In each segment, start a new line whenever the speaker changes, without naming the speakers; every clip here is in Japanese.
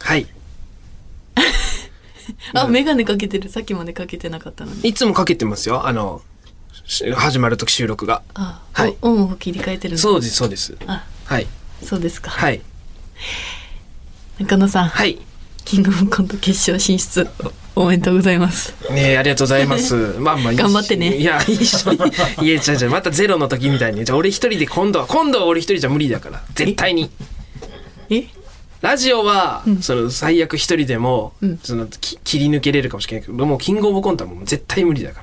はい。
あ、メガネかけてる。さっきまでかけてなかったのに。
いつもかけてますよ。始まるとき収録が。
あ、
はい。
オンオフ切り替えてるの。
そうです、そうです。
あ、
はい。
そうですか。
はい。
中野さん。
はい。
キングオブコント決勝進出おめでとうございます。
ねえ、ありがとうございます。まあまあ
頑張ってね。
いや、一緒に。いや、じゃまたゼロの時みたいに。じゃあ俺一人で今度は俺一人じゃ無理だから。絶対に。ラジオは、その最悪一人でも、その切り抜けれるかもしれないけど、もうキングオブコントはもう絶対無理だから。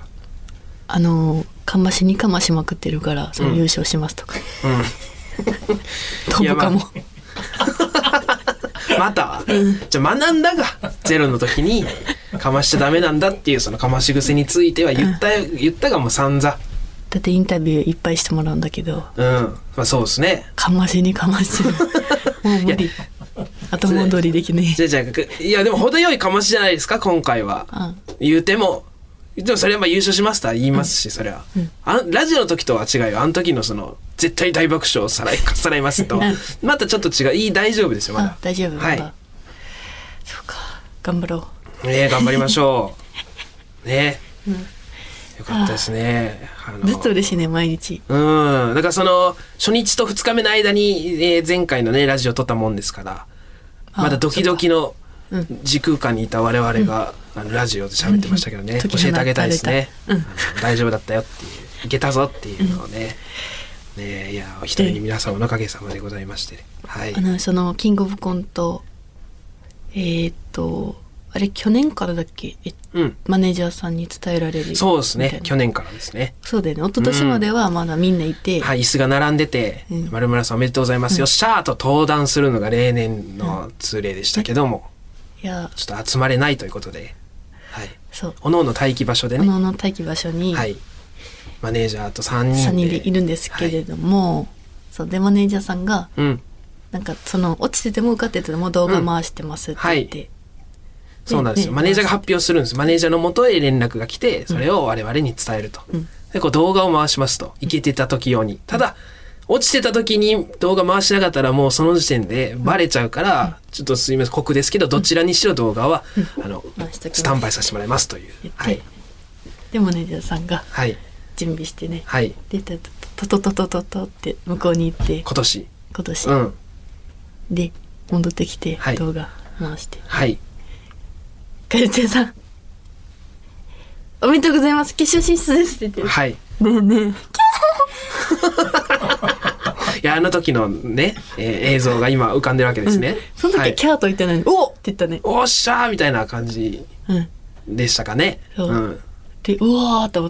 かましにかましまくってるから、その優勝しますとか。飛ぶかも。
また、じゃあ学んだがゼロの時にかましちゃダメなんだっていうそのかまし癖については言ったがもう散々。
だってインタビューいっぱいしてもらうんだけど。
まあそうですね。
かましにかましてる。もう無理。後戻りできねえ。
じゃいやでも程よいかましじゃないですか今回は。言うても。でもそれはまあ優勝しますとは言いますし、それは、ラジオの時とは違うよ。あの時のその絶対大爆笑をさらいますとまたちょっと違う。大丈夫ですよまだ。
大丈夫。
はい。
そうか、頑張ろ
う。ね、頑張りましょう。ね、よかったですね。
ずっと嬉しいね毎日。
だからその初日と2日目の間に、前回のねラジオ撮ったもんですから、まだドキドキの時空間にいた我々が、ラジオで喋ってましたけどね、教えてあげたいですね。大丈夫だったよっていう、いけたぞっていうのをね。ね、いや一人に皆様のおかげさまでございまして、はい。
そのキングオブコントあれ去年からだっけ、マネージャーさんに伝えられる。
そうですね、去年からですね。
そうだよね。一昨年まではまだみんないて、
はい、椅子が並んでて、丸村さんおめでとうございます、よっしゃーと登壇するのが例年の通例でしたけども、いやちょっと集まれないということで、はい、そうおのおの待機場所でね、
おのおの待機場所に、
はい、マネージャーと3人
でいるんですけれども、そうでマネージャーさんが、なんかその落ちてても受かってても動画回してますって言って、
そうなんですよ。マネージャーが発表するんです。マネージャーの元へ連絡が来て、それを我々に伝えると。で、こう動画を回しますと。いけてた時用に。ただ、落ちてた時に動画回しなかったらもうその時点でバレちゃうから、ちょっとすみません、酷ですけど、どちらにしろ動画は、スタンバイさせてもらいますという。はい。
で、マネージャーさんが、準備してね。
はい。
で、トって向こうに行って。
今年。
で、戻ってきて、動画回して。
はい。
かゆちゃんさんおめでとうございます、決勝進出ですって言ってる。
はい。
ねえね
えいやあの時のね、映像が今浮かんでるわけですね。
その時キャーと言ってないのに、おっって言ったね。
おっしゃーみたいな感じでしたかね。
でうわーと思って、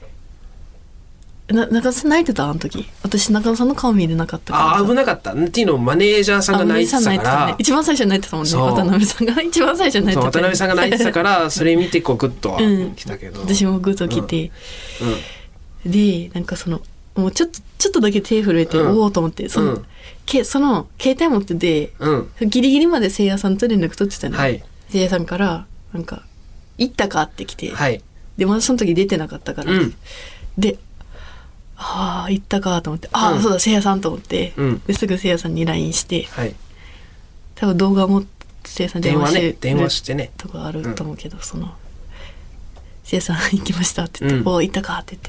中野さん泣いてたあの時。私中野さんの顔見れなかったから。
危なかったっていうのをマネージャーさんが泣いてたから、
一番最初に泣いてたもんね。渡辺さんが一番最初に泣いてた。
渡辺さんが泣いてたからそれ見てこうグッとは来たけど、
私もグッと来て、でなんかそのもうちょっとだけ手震えて、おおと思って、その携帯持ってて、ギリギリまでせいやさんと連絡取ってたの。せいやさんからなんか行ったかって来て、でまだその時出てなかったから、で行ったかと思って、そうだせいやさんと思って、ですぐせいやさんに LINE して、多分動画もせいやさん電話してねとかあると思うけど、そのせいやさん行きましたって言って、行ったかって言って、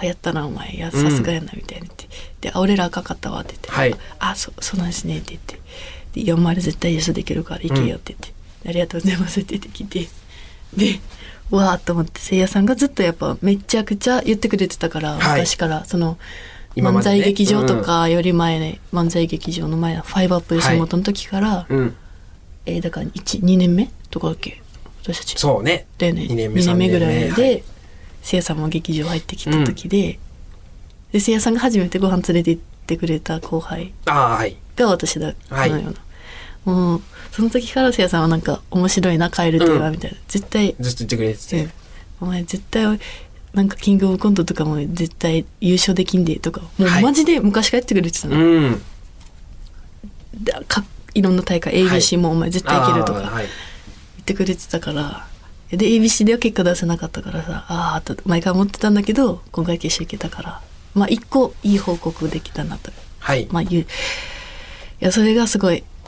やったなお前、さすがやなみたいに言って、で俺ら赤かったわって言って、そうなんですねって言って、でいやお前ら絶対優勝できるから行けよって言って、ありがとうございますって言ってきて、でわーっと思って、せいやさんがずっとやっぱめちゃくちゃ言ってくれてたから、昔からその漫才劇場とかより前ね、漫才劇場の前の5アップ吉本の時から、だから2年目とかだっけ私たち。
そうね。
でね、2年目ぐらいでせいやさんも劇場入ってきた時で、せいやさんが初めてご飯連れて行ってくれた後輩が私だったのよな。もうその時からせいやさんはなんか面白いな帰るとはみたいな、絶対
ずっと言ってくれてて、
お前絶対なんかキングオブコントとかも絶対優勝できんでとか、もうマジで昔から言ってくれてたの。でいろんな大会 ABC もお前絶対いけるとか言ってくれてたから、で ABC では結果出せなかったからさ、と毎回思ってたんだけど、今回決勝いけたから、まあ一個いい報告できたなと。いやそれがすごい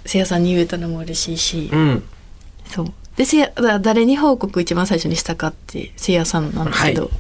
せいやさんに言えたのも嬉しいし、
うん、
そうで誰に報告一番最初にしたかってせいやさんなんだけど、はい、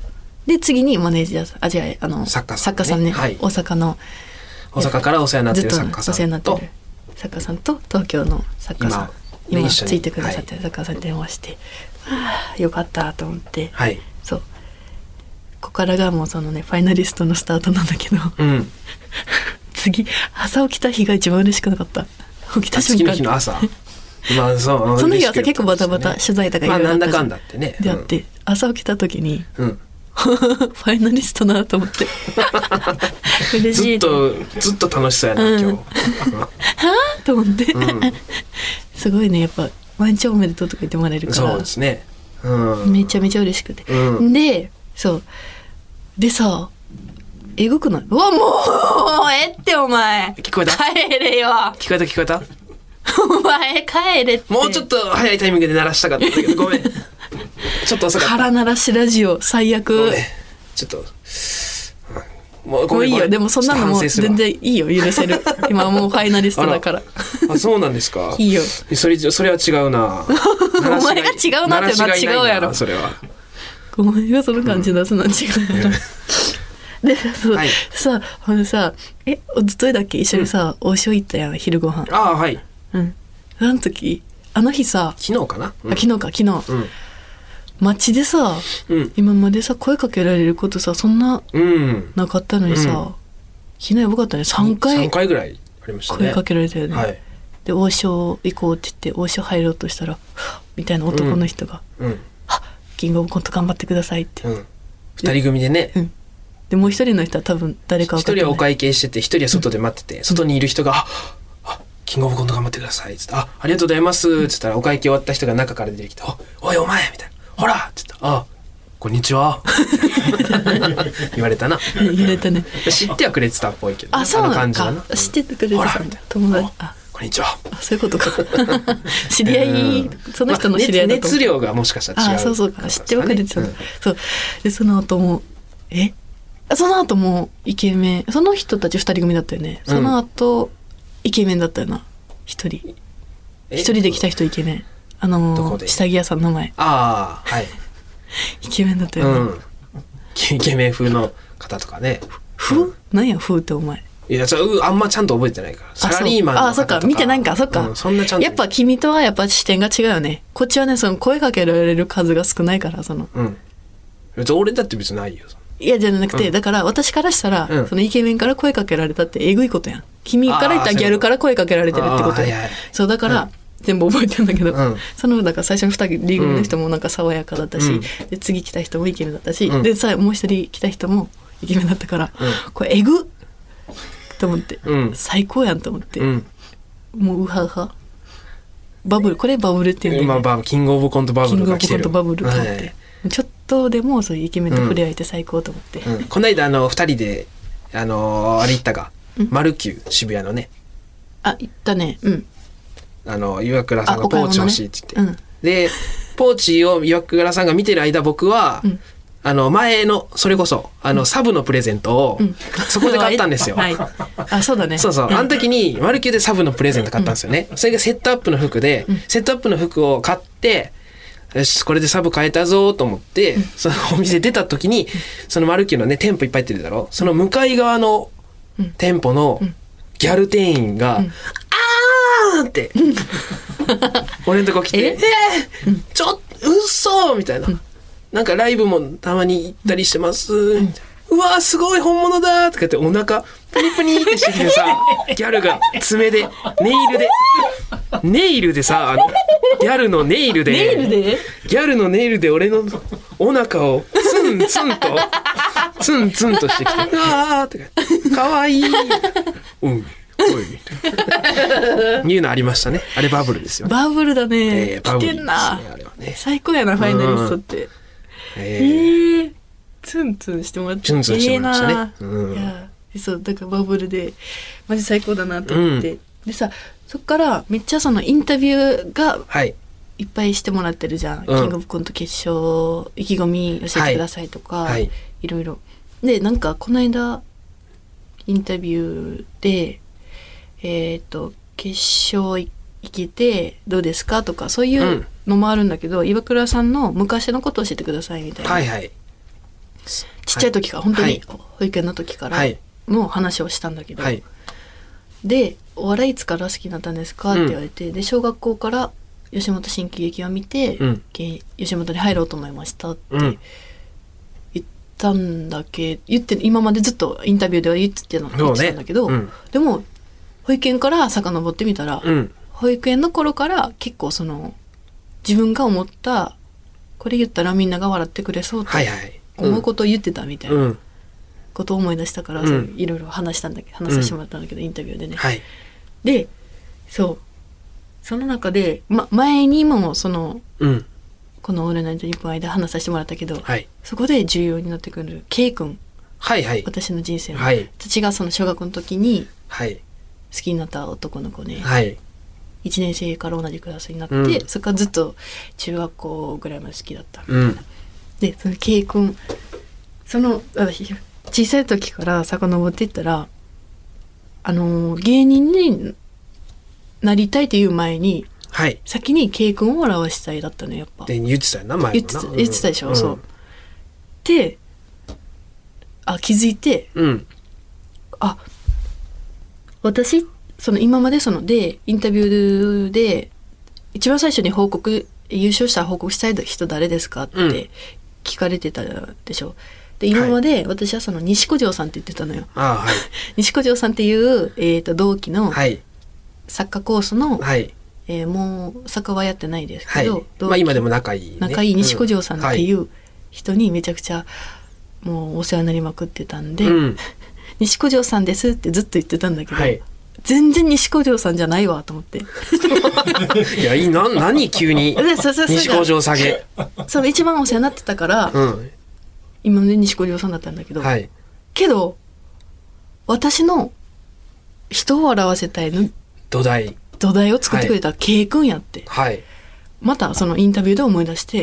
で次にマネージャーさん作家さんね、はい、大阪
からお世話になってる作家さんと、
お世話になってる作家さんと東京の作家さん今ついてくださってる作家さんに電話して、はあよかったと思って、はい、そうここからがもうそのねファイナリストのスタートなんだけど、うん、次朝起きた日が一番嬉しくなかった。起きた瞬間
次の日の朝まあそ
の日朝結構バタバタ取材とかいろいろあったじゃん、
まあ、なんだかんだってね、
であって朝起きた時に、うん、ファイナリストなと思って嬉しい
ずっと楽しそうやな、今日は
ぁと思って、すごいねやっぱ毎日おめでとうとか言ってもらえるから
そうですね、
めちゃめちゃ嬉しくて、でそうでさえぐくない？うわもうってお前
聞こえた？
帰れよ。
聞こえた
お前帰れって。
もうちょっと早いタイミングで鳴らしたかったけどごめんちょっと遅かった。
腹鳴らしラジオ最悪。
ごめんちょっと
もういいよ。でもそんなのもう全然いいよ、許せる今もうファイナリストだから
あそうなんですか。
いいよ。
それは違うな
お前が違うなってのは違うやろ。
それは
お前がその感じ出すのは違うやろ、でそう、はい、さほんでさおとといだっけ一緒にさ、王将行ったやん昼ご飯。
ああはい。
うんあの時あの日さ
昨日かな、
昨日、街でさ、今までさ声かけられることさそんななかったのにさ、昨日やばかったね。3回
ぐらいありましたね
声かけられたよね、はい、で王将行こうって言って王将入ろうとしたらみたいな男の人が、キングオブコント頑張ってくださいって、2
人組でね、
でもう一人の人は多分誰か分かってない。
一人はお会計してて一人は外で待ってて、外にいる人がキングオブコント頑張ってくださいっつってありがとうございますっつったら、お会計終わった人が中から出てきておいお前みたいなほらっつってこんにちは言われたな。
言われたね。
知ってはくれてたっぽいけど、
そうなんか知っててくれてたんだ友達。
こんにちは。
そういうことか知り合い、その人の知り合いだと、
熱量がもしかしたら違う。
そうか知ってはくれてた、そうでその後もその後もイケメン、その人たち2人組だったよね、その後イケメンだったよな一人で来た人イケメン下着屋さんの前
はい
イケメンだったよね、
イケメン風の方とかね。
何や風ってお前。
いやあんまちゃんと覚えてないから。サラリーマンの方とか。
そっか見てないんか。そっか、そんなちゃんとやっぱ君とはやっぱ視点が違うよね。こっちはねその声かけられる数が少ないから
別に俺だって別にないよ。
いやじゃなくて、だから私からしたら、そのイケメンから声かけられたってえぐいことやん。君から言ったらギャルから声かけられてるってことや。そうだから、全部覚えてるんだけど、そのだから最初の2人組の人もなんか爽やかだったし、で次来た人もイケメンだったし、でさもう一人来た人もイケメンだったから、これえぐっと思って、最高やんと思って、もうウハウハバブル、これバブルっていうんだよね。
キングオブコントバブルが来てる。
キングオブコントバブルと思って、ちょっとでもそういうイケメンと触れ合えて最高と思って、
この間2人であれ行ったが、マルキュー渋谷のね、
行ったね。
岩倉さんがポーチ欲しいって言って、でポーチを岩倉さんが見てる間、僕は、前のそれこそサブのプレゼントをそこで買ったんですよ。
そうだね。
そうあの時にマルキューでサブのプレゼント買ったんですよね。それがセットアップの服で、セットアップの服を買って、よしこれでサブ買えたぞと思って、そのお店出た時にそのマルキューのね店舗いっぱい行ってるだろ。その向かい側の店舗のギャル店員が、あーって俺のとこ来て、ちょっとうっそーみたいな、なんかライブもたまに行ったりしてますみたいな、うわーすごい本物だーとかってお腹プニプニってしてきてさ、ギャルが爪でネイルでさ、ギャルのネイルで俺のお腹をツンツンとしてきて、うわーってかわいいいうのありましたね。あれバブルですよね。
バブルだね。来てんな。最高やなファイナリストって。ツンツンしてもらって。
ツンツンしてもらいました
ね。いやそうだからバブルでマジ最高だなと思って、でさそっからめっちゃそのインタビューがいっぱいしてもらってるじゃん。キングオブコント決勝意気込み教えてくださいとか、いろいろでなんかこの間インタビューで決決勝行けてどうですかとかそういうのもあるんだけど、岩倉さんの昔のことを教えてくださいみたいな、
はいはい、
ちっちゃい時から、本当に保育園の時からの話をしたんだけど、はい、でお笑いいつから好きになったんですかって言われて、で小学校から吉本新喜劇を見て、吉本に入ろうと思いましたって言ったんだけど、今までずっとインタビューでは言ってたんだけど、でも保育園から遡ってみたら、保育園の頃から結構その自分が思ったこれ言ったらみんなが笑ってくれそうって思うことを言ってたみたいなことを思い出したから、いろいろ話させてもらったんだけど、インタビューでね、でその中で、前にもその、この「オールナイトニッポン」で話させてもらったけど、そこで重要になってくる K 君、私の人生の、私がその小学校の時に好きになった男の子ね、1年生から同じクラスになって、そこからずっと中学校ぐらいまで好きだったみたいな、でその K 君、その私小さい時から遡っていったら、芸人になりたいという前に、先に K 君を笑わしたいだったのやっぱ。
で言ってたよな、前もな。
言ってたでしょ、そう。で、気づいて、私その今まででインタビューで一番最初に優勝した報告したい人誰ですかって聞かれてたでしょ。で今まで私はその西小城さんって言ってたのよ。西小城さんっていう、同期のサッカーコースの、もうサッカーはやってないですけど、
今でも仲いい
西小城さんっていう人にめちゃくちゃもうお世話になりまくってたんで、西小城さんですってずっと言ってたんだけど、全然西小城さんじゃないわと思って。
いや何急に西小城下げ。
その一番お世話になってたから、今まで西小城さんだったんだけど、けど私の人を笑わせたいの土台を作ってくれた K 君やって、またそのインタビューで思い出して、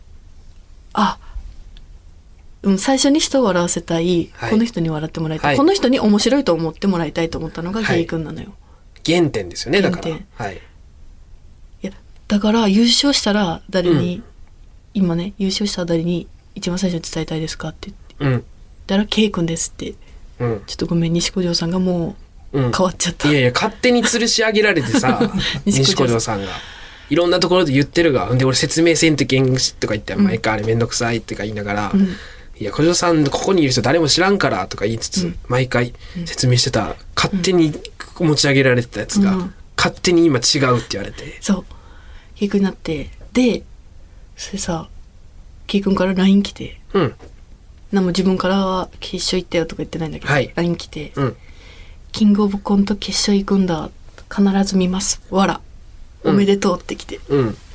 最初に人を笑わせたい、この人に笑ってもらいたい、この人に面白いと思ってもらいたいと思ったのが K 君なのよ。
原点ですよね、だから。い
やだから優勝したら誰に、今ね優勝したら誰に一番最初に伝えたいですかって言って、だから K 君ですって、ちょっとごめん西小城さんがもう変わっちゃった。
いや勝手に吊るし上げられてさ西小城さんがいろんなところで言ってるが、で俺説明せんとけんとか言って毎回あれめんどくさいとか言いながら、いや小城さんここにいる人誰も知らんからとか言いつつ、毎回説明してた、勝手に持ち上げられてたやつが、勝手に今違うって言われて、
そうK君になって、でそれさ K君から LINE 来て、何も自分からは決勝行ったよとか言ってないんだけど、LINE 来て、キングオブコント決勝行くんだ、必ず見ますわら、おめでとうって来て、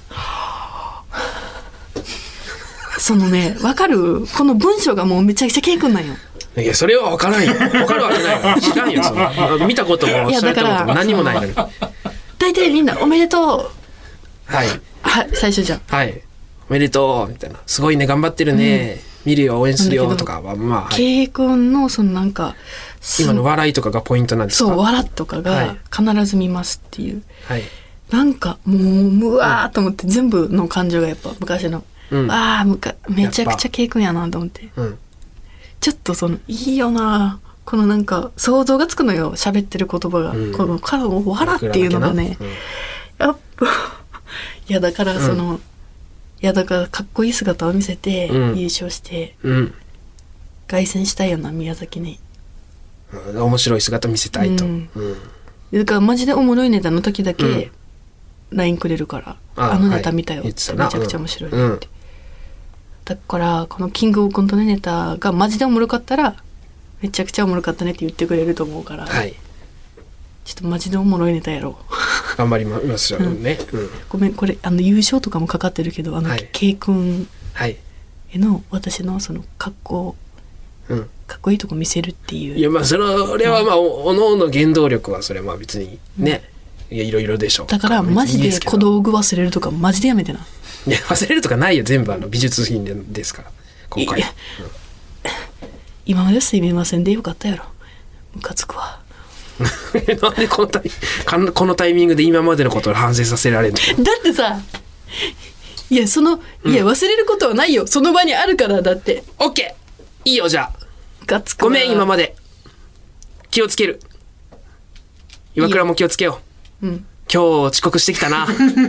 そのね、わかる？この文章がもうめちゃくちゃK君なんよ。
いやそれはわからんよ、わかるわけないよ、知らんよ、その見たことも知られたことも何もないのに。
大体みんなおめでとう、最初じゃん、
おめでとうみたいな、すごいね頑張ってるね、見るよ応援するよとかは
K君のそのなんか
今の笑いとかがポイントなんですか？
そう、笑とかが必ず見ますっていう、なんかもうむわーと思って、全部の感情がやっぱ昔の、めちゃくちゃK君やなと思って、ちょっとそのいいよな、このなんか想像がつくのよ、喋ってる言葉が、この彼の笑っていうのがね、やっぱいやだからその、いやだからかっこいい姿を見せて優勝して、凱旋したいよな宮崎に、
面白い姿見せたいと、
だからマジでおもろいネタの時だけ LINE くれるから、のネタ見たよって、めちゃくちゃ面白いって、だからこのキングオブコントのネタがマジでおもろかったらめちゃくちゃおもろかったねって言ってくれると思うから、ちょっとマジでおもろいネタやろう。
頑張りますよね、
ごめん、これ優勝とかもかかってるけど、K 君への私のそのかっこいいとこ見せるっていう。
いやそれはおのおの原動力はそれは別にね、いろいろでしょう。
だからマジで小道具忘れるとかマジでやめてな。
いや忘れるとかないよ、全部美術品ですから今回。
今まですいませんでよかったやろ、ムカつくわ。
なんでこのタイミングで今までのことを反省させられるの？
だってさ、いや忘れることはないよ、その場にあるから。だって
OK、 いいよ。じゃあ
ガッツ
ごめん、今まで気をつける。岩倉も気をつけよう。今日遅刻してきたな。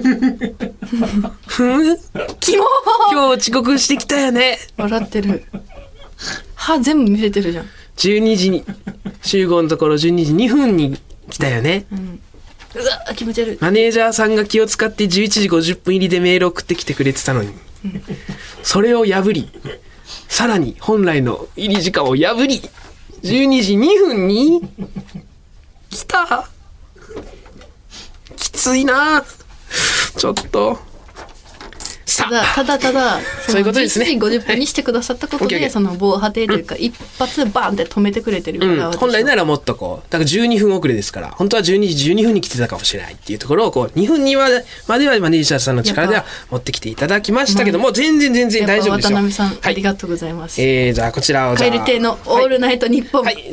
キモ
今日遅刻してきたよね。
笑ってる。歯全部見せてるじゃん。
12時に集合のところ12時2分に来たよね。
うわ気持ち悪い。
マネージャーさんが気を使って11時50分入りでメール送ってきてくれてたのに、それを破り、さらに本来の入り時間を破り、12時2分に来た。きついな。ちょっと
ただ
そういうことですね。
11時50分にしてくださったことで、その防波堤というか、一発バンって止めてくれてるから、
本来ならもっとこうだから12分遅れですから、本当は12時12分に来てたかもしれないっていうところをこう2分にまではマネージャーさんの力では持ってきていただきましたけども、全然大丈夫ですよ。
渡辺さん、ありがとうございます。
じゃあこちらを
蛙亭のオールナイトニッポン、
はい、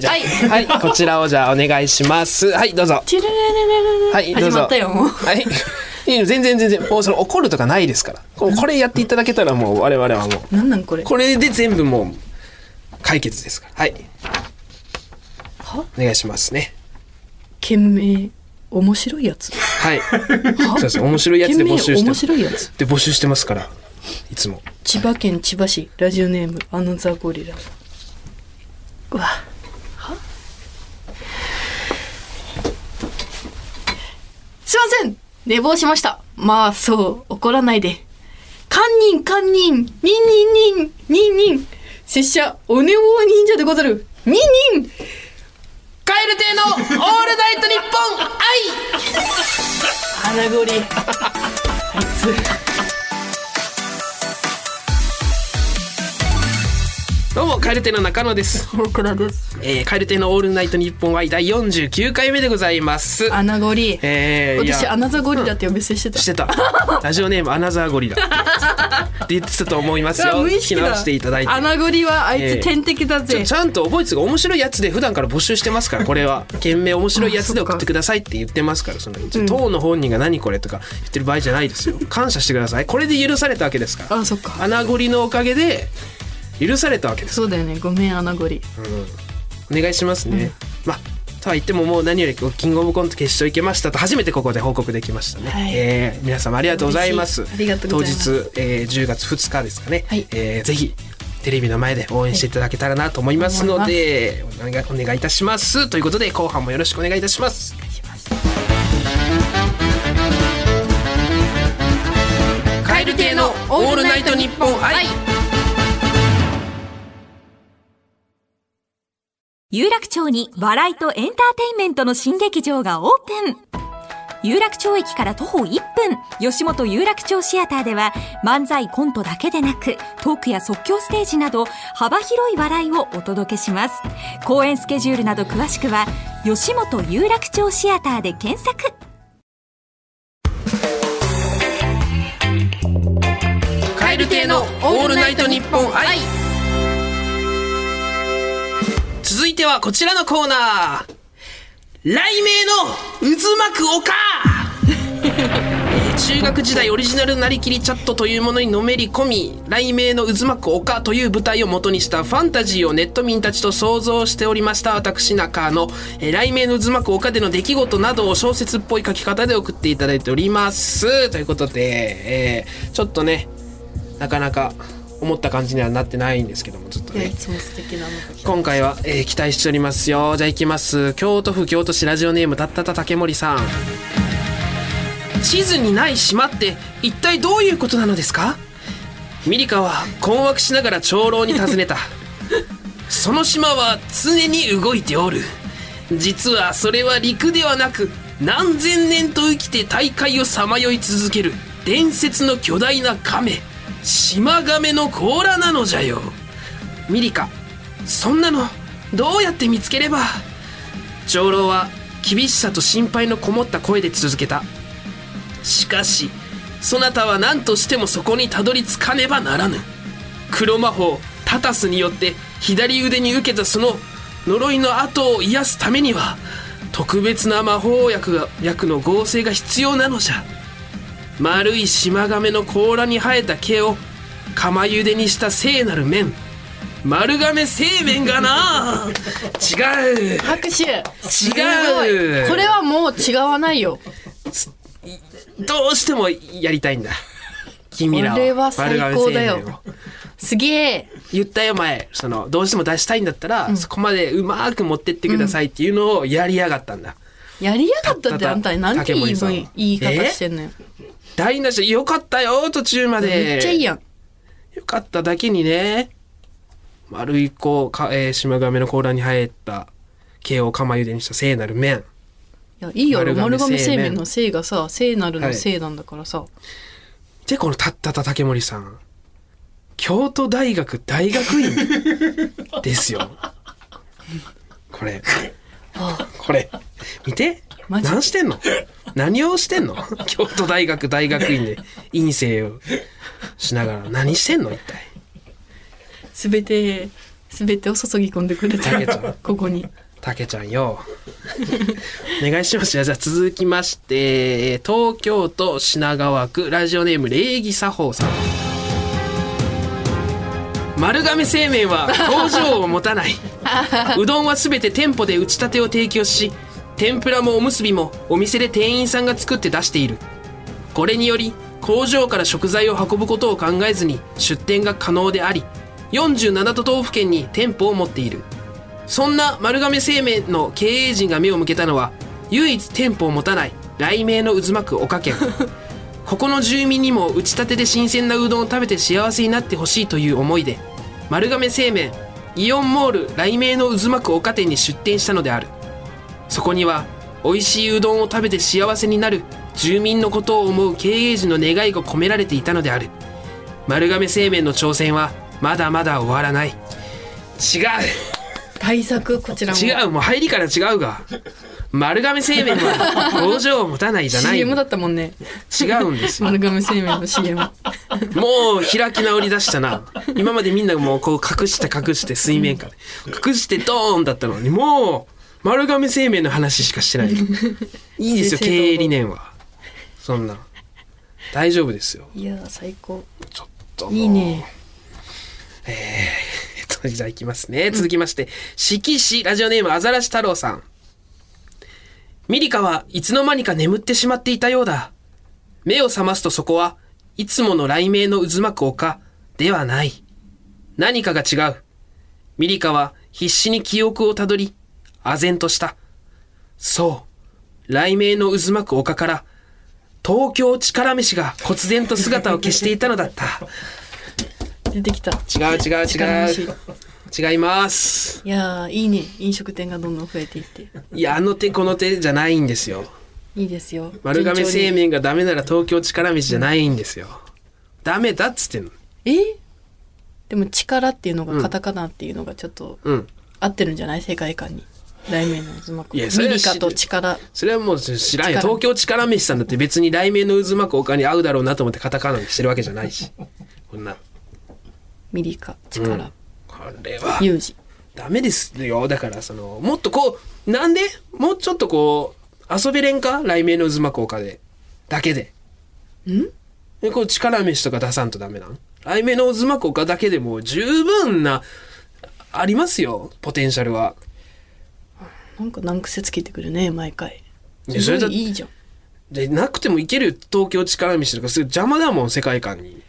こちらをじゃあお願いします。はい、どうぞ。
はいどうぞ。始まったよもう。はい。
全然もうその怒るとかないですから、これやっていただけたらもう我々はもう
なんこれ
で全部もう解決ですから。はい、お願いしますね。
件名面白いやつ。
はい、そうです。面白いやつで募集して
面白いやつ
で募集してますから、いつも。
千葉県千葉市ラジオネームアナザーゴリラ。うわすいません、寝坊しました。まあそう怒らないで。堪忍ニン拙者お寝坊忍者でござる。ニンニン
蛙亭のオールナイトニッポン愛。
穴ゴリあいつ。
どうも蛙亭の中野です。
大倉です。
蛙亭のオールナイトニッポン愛第49回目でございます。
アナゴリ、私アナザーゴリラって呼び捨てしてた。
ラジオネームアナザーゴリラって言ってたと思いますよ。聞き直していただいて。
アナゴリはあいつ天敵だぜ。
ちゃんと覚えてく。面白いやつで普段から募集してますから。これは件名面白いやつで送ってくださいって言ってますから。その当の本人が何これとか言ってる場合じゃないですよ。感謝してください。これで許されたわけですから。
あ、そっか。
アナゴリのおかげで許されたわけです。
そうだよね。ごめんアナゴリ、
お願いしますね。まあとは言ってももう何よりキングオブコント決勝行けましたと初めてここで報告できましたね。はい、皆様ありがとうございます。
ありがとうございます。
当日、10月2日ですかね。
はい、
ぜひテレビの前で応援していただけたらなと思いますので、お願いいたします。ということで後半もよろしくお願いいたします。
お願いします。
蛙亭のオールナイトニッポン愛。
有楽町に笑いとエンターテインメントの新劇場がオープン。有楽町駅から徒歩1分、吉本有楽町シアターでは漫才コントだけでなくトークや即興ステージなど幅広い笑いをお届けします。公演スケジュールなど詳しくは吉本有楽町シアターで検索。
蛙亭のオールナイトニッポン愛。続いてはこちらのコーナー、雷鳴の渦巻く丘。中学時代オリジナルなりきりチャットというものにのめり込み、雷鳴の渦巻く丘という舞台を元にしたファンタジーをネット民たちと想像しておりました私中の雷鳴の渦巻く丘での出来事などを小説っぽい書き方で送っていただいております。ということで、ちょっとねなかなか思った感じにはなってないんですけども、ずっとね
いつも素敵なの
今回は、期待しておりますよ。じゃあ行きます。京都府京都市ラジオネームたったた竹森さん。地図にない島って一体どういうことなのですか？ミリカは困惑しながら長老に尋ねた。その島は常に動いておる。実はそれは陸ではなく何千年と生きて大海をさまよい続ける伝説の巨大な亀、島亀の甲羅なのじゃよ。ミリカ、そんなのどうやって見つければ？長老は厳しさと心配のこもった声で続けた。しかしそなたは何としてもそこにたどり着かねばならぬ。黒魔法タタスによって左腕に受けたその呪いの跡を癒すためには特別な魔法薬の合成が必要なのじゃ。丸い島亀の甲羅に生えた毛を釜茹でにした聖なる麺、丸亀製麺がな。違う。
拍手。
違う。
これはもう違わないよ。
どうしてもやりたいんだ君らは。
これは最高だよ。すげえ。
言ったよ前、どうしても出したいんだったら、そこまでうまく持ってってくださいっていうのをやりやがったんだ。
やりやがったってあんたなんて言い方してんのよ。
台無しよかったよ途中まで。
めっちゃいいやん。
よかっただけにね、丸い島亀の甲羅に生えた毛を釜茹でにした聖なる麺。
いやいいよ、丸亀製麺の聖がさ、聖なるの聖なんだからさ。
でこのたった竹森さん、京都大学大学院ですよ。これ見て、何してんの、何をしてんの。京都大学大学院で院生をしながら何してんの一体。
すべてを注ぎ込んでくれたここに。
たけちゃんよお願いします。じゃあ続きまして、東京都品川区ラジオネーム礼儀作法さん。丸亀製麺は工場を持たない。うどんはすべて店舗で打ち立てを提供し、天ぷらもおむすびもお店で店員さんが作って出している。これにより工場から食材を運ぶことを考えずに出店が可能であり、47都道府県に店舗を持っている。そんな丸亀製麺の経営陣が目を向けたのは、唯一店舗を持たない雷鳴の渦巻く岡県。ここの住民にも打ち立てで新鮮なうどんを食べて幸せになってほしいという思いで、丸亀製麺イオンモール雷鳴の渦巻く岡店に出店したのである。そこには美味しいうどんを食べて幸せになる住民のことを思う経営陣の願いが込められていたのである。丸亀製麺の挑戦はまだまだ終わらない。違う、
対策、こちらも
違う、もう入りから違うが、丸亀製麺は工場を持たないじゃない。
CM だったもんね。
違うんですよ。
丸亀製麺の CM。
もう開き直り出したな。今までみんなもうこう隠して水面下で隠してドーンだったのに、もう丸亀製麺の話しかしてない。いいですよ、経営理念は。そんな大丈夫ですよ。
いや最高。
ちょっと
いいね。
じゃあいきますね。続きまして、志木市ラジオネームアザラシ太郎さん。ミリカはいつの間にか眠ってしまっていたようだ。目を覚ますとそこはいつもの雷鳴の渦巻く丘ではない。何かが違う。ミリカは必死に記憶をたどり、唖然とした。そう、雷鳴の渦巻く丘から東京力飯が忽然と姿を消していたのだった。
出てきた。
違います。
いやいいね。飲食店がどんどん増えていって。
いや、あの手この手じゃないんですよ。
いいですよ。
丸亀製麺がダメなら東京力飯じゃないんですよ。ダメだっつってんの。
でも力っていうのがカタカナっていうのがちょっと合ってるんじゃない、世界観に。雷鳴の渦巻く。ミリカと力。
それはもう知らんよ。東京力飯さんだって別に雷鳴の渦巻く丘に合うだろうなと思ってカタカナにしてるわけじゃないし。こんな。
ミリカ、力。
これは
有事。
ダメですよ。だからもっとこう、なんでもうちょっとこう遊べれんか、雷鳴の渦巻く丘でだけで。こう力飯とか出さんとダメなん。雷鳴の渦巻く丘だけでも十分なありますよ、ポテンシャルは。
なんか難癖つけてくるね、毎回。
それだ
いいじゃん。
でなくてもいける東京力飯とかすごい邪魔だもん、世界観に。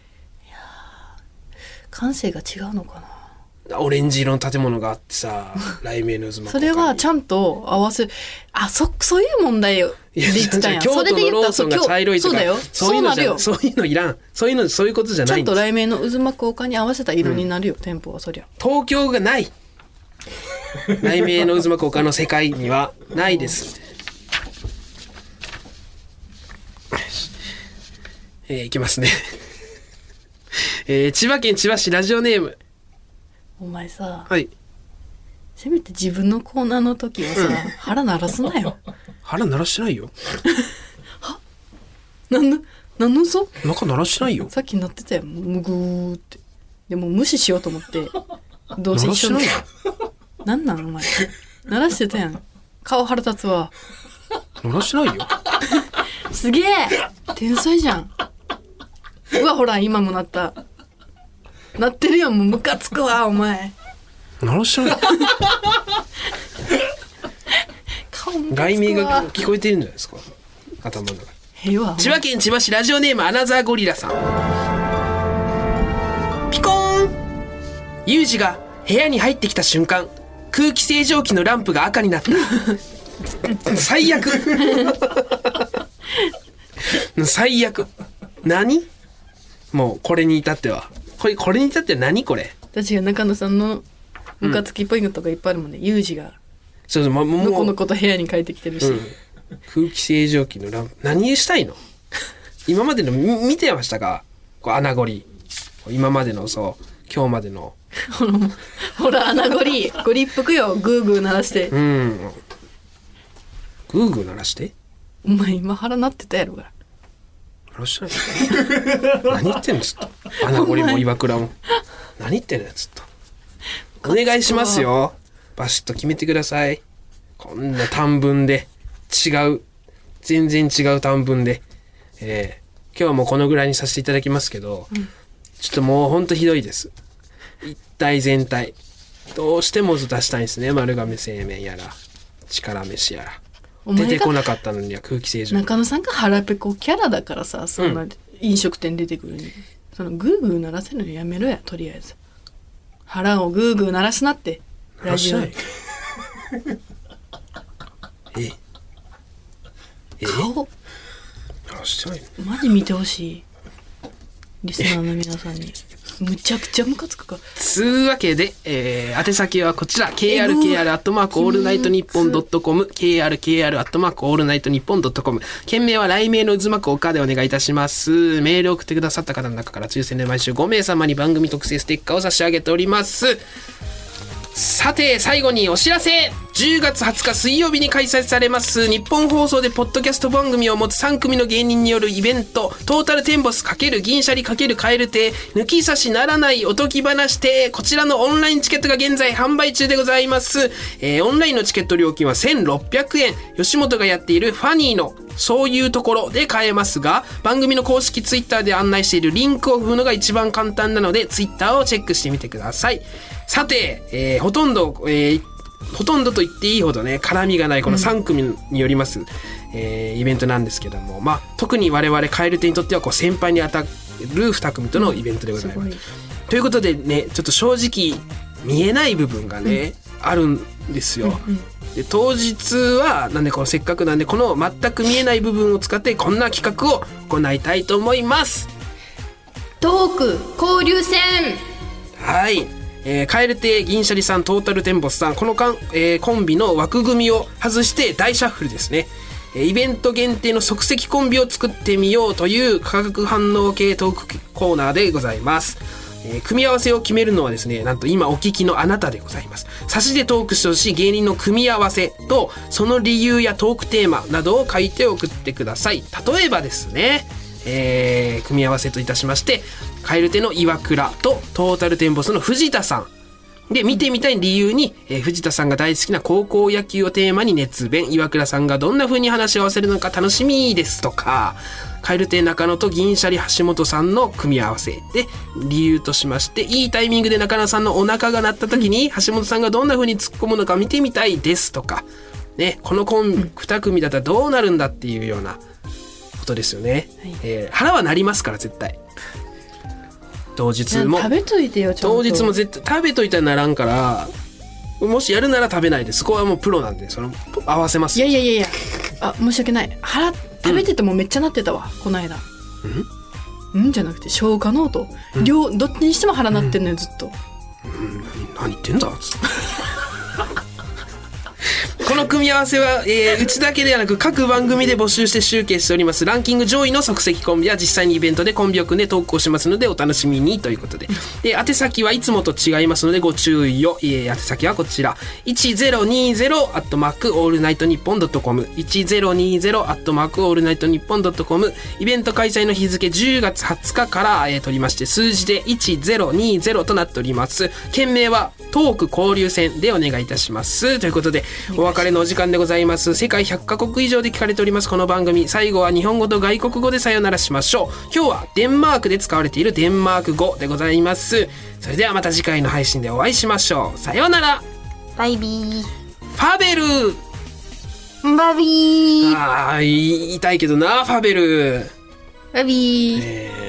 感性が違うのかな。
オレンジ色の建物があってさ、雷鳴の渦巻く。
それはちゃんと合わせ、そういう問題で言ってたんや。
京都のローソンが茶色いとか、そういうのいらん。そういうことじゃない。
ちゃんと雷鳴の渦巻く丘に合わせた色になるよ、店舗は。そりゃ
東京がない。雷鳴の渦巻く丘の世界にはないです。いきますね。千葉県千葉市ラジオネーム。
お前さ、
はい、
せめて自分のコーナーの時はさ、腹鳴らすなよ。
腹鳴らしてないよ。
は？なんの嘘？
中鳴らしてないよ。
さっき鳴ってたよ、むぐーって。でも無視しようと思って、どうせ一緒に。なんなんお前。鳴らしてたやん。 顔腹立つわ。
鳴らしてないよ。
すげえ天才じゃん。うわほら今もなった。なってるよ。もうムカつくわお前。
鳴らしてない。外名が聞こえてるんじゃないですか、頭の中。千葉県千葉市ラジオネームアナザーゴリラさん。ピコーン。ユージが部屋に入ってきた瞬間、空気清浄機のランプが赤になった。最悪。最悪。何？もうこれに至ってはこれに至っては何これ。
確かに中野さんのムカつきポイントとかいっぱいあるもんね。ユージが
そうそう、
のこのこと部屋に帰ってきてるし、
空気清浄機のランプ何したいの？今までの見てましたか？こう穴ゴリ、今までのそう今日までの
ほら穴ゴリゴリっぽくよ。グーグー鳴らして。
グーグー鳴らして。
お前今腹なってたやろが。
鳴らしてない。何言ってんのずっと。穴ゴリも岩倉も何言ってんのずっと。お願いしますよ。バシッと決めてください。こんな短文で全然違う短文で、今日はもうこのぐらいにさせていただきますけど、ちょっともうほんとひどいです。一体全体どうしても出したいんですね。丸亀製麺やら力飯やら出てこなかったのには空気清浄機。
中野さんが腹ペコキャラだからさ、そんな飲食店出てくるに、そのグーグー鳴らせるのやめろや。とりあえず腹をグーグー鳴らすなって。ラジオ顔マジ見てほしい。リスナーの皆さんにむちゃくちゃムカつくか。
つうわけで、宛先はこちら krkr@allnightnippon.com krkr@allnightnippon.com 件名は雷鳴の渦巻く丘でお願いいたします。メールを送ってくださった方の中から抽選で毎週5名様に番組特製ステッカーを差し上げております。さて最後にお知らせ。10月20日水曜日に開催されます日本放送でポッドキャスト番組を持つ3組の芸人によるイベント、トータルテンボス×銀シャリ×カエル亭抜き差しならないおとぎ話亭、こちらのオンラインチケットが現在販売中でございます。オンラインのチケット料金は1600円。吉本がやっているファニーのそういうところで買えますが、番組の公式ツイッターで案内しているリンクを踏むのが一番簡単なのでツイッターをチェックしてみてください。さて、ほとんどと言っていいほどね絡みがないこの3組によります、イベントなんですけども、特に我々カエル亭にとってはこう先輩にあたる2組とのイベントでございます。ということでね、ちょっと正直見えない部分がね、あるんですよ。で当日はなんでこのせっかくなんでこの全く見えない部分を使ってこんな企画を行いたいと思います。
トーク交流戦。
はい、カエル亭銀シャリさんトータルテンボスさんこのコンビの枠組みを外して大シャッフルですね。イベント限定の即席コンビを作ってみようという化学反応系トークコーナーでございます。組み合わせを決めるのはですね、なんと今お聞きのあなたでございます。差しでトークしてほしい芸人の組み合わせとその理由やトークテーマなどを書いて送ってください。例えばですね、組み合わせといたしましてカエル亭の岩倉とトータルテンボスの藤田さんで、見てみたい理由に、藤田さんが大好きな高校野球をテーマに熱弁、岩倉さんがどんな風に話を合わせるのか楽しみですとか、カエル亭中野と銀シャリ橋本さんの組み合わせで理由としまして、いいタイミングで中野さんのお腹が鳴った時に橋本さんがどんな風に突っ込むのか見てみたいですとかね、この2組だったらどうなるんだっていうようなことですよね。腹は鳴りますから絶対。当日も
食べといてよ。ちゃんと
当日も絶対食べといたらならんから、もしやるなら食べないで、そこはもうプロなんでその合わせます。
いや申し訳ない。腹食べててもめっちゃなってたわ、この間。じゃなくて消化ノート、どっちにしても腹なってんのよ、ずっと。
何言ってんだこの組み合わせは、うちだけではなく各番組で募集して集計しておりますランキング上位の即席コンビは実際にイベントでコンビを組んで投稿しますのでお楽しみにということで、宛先はいつもと違いますのでご注意を。宛先はこちら 1020@allnightnippon.com 1020@allnightnippon.com イベント開催の日付10月20日から、取りまして数字で1020となっております。件名はトーク交流戦でお願いいたしますということで、お別別れのお時間でございます。世界100カ国以上で聞かれておりますこの番組、最後は日本語と外国語でさよならしましょう。今日はデンマークで使われているデンマーク語でございます。それではまた次回の配信でお会いしましょう。さようなら。
バイビー。
ファベル。
バビー。
言いたいけどな、ファベル。
バビー。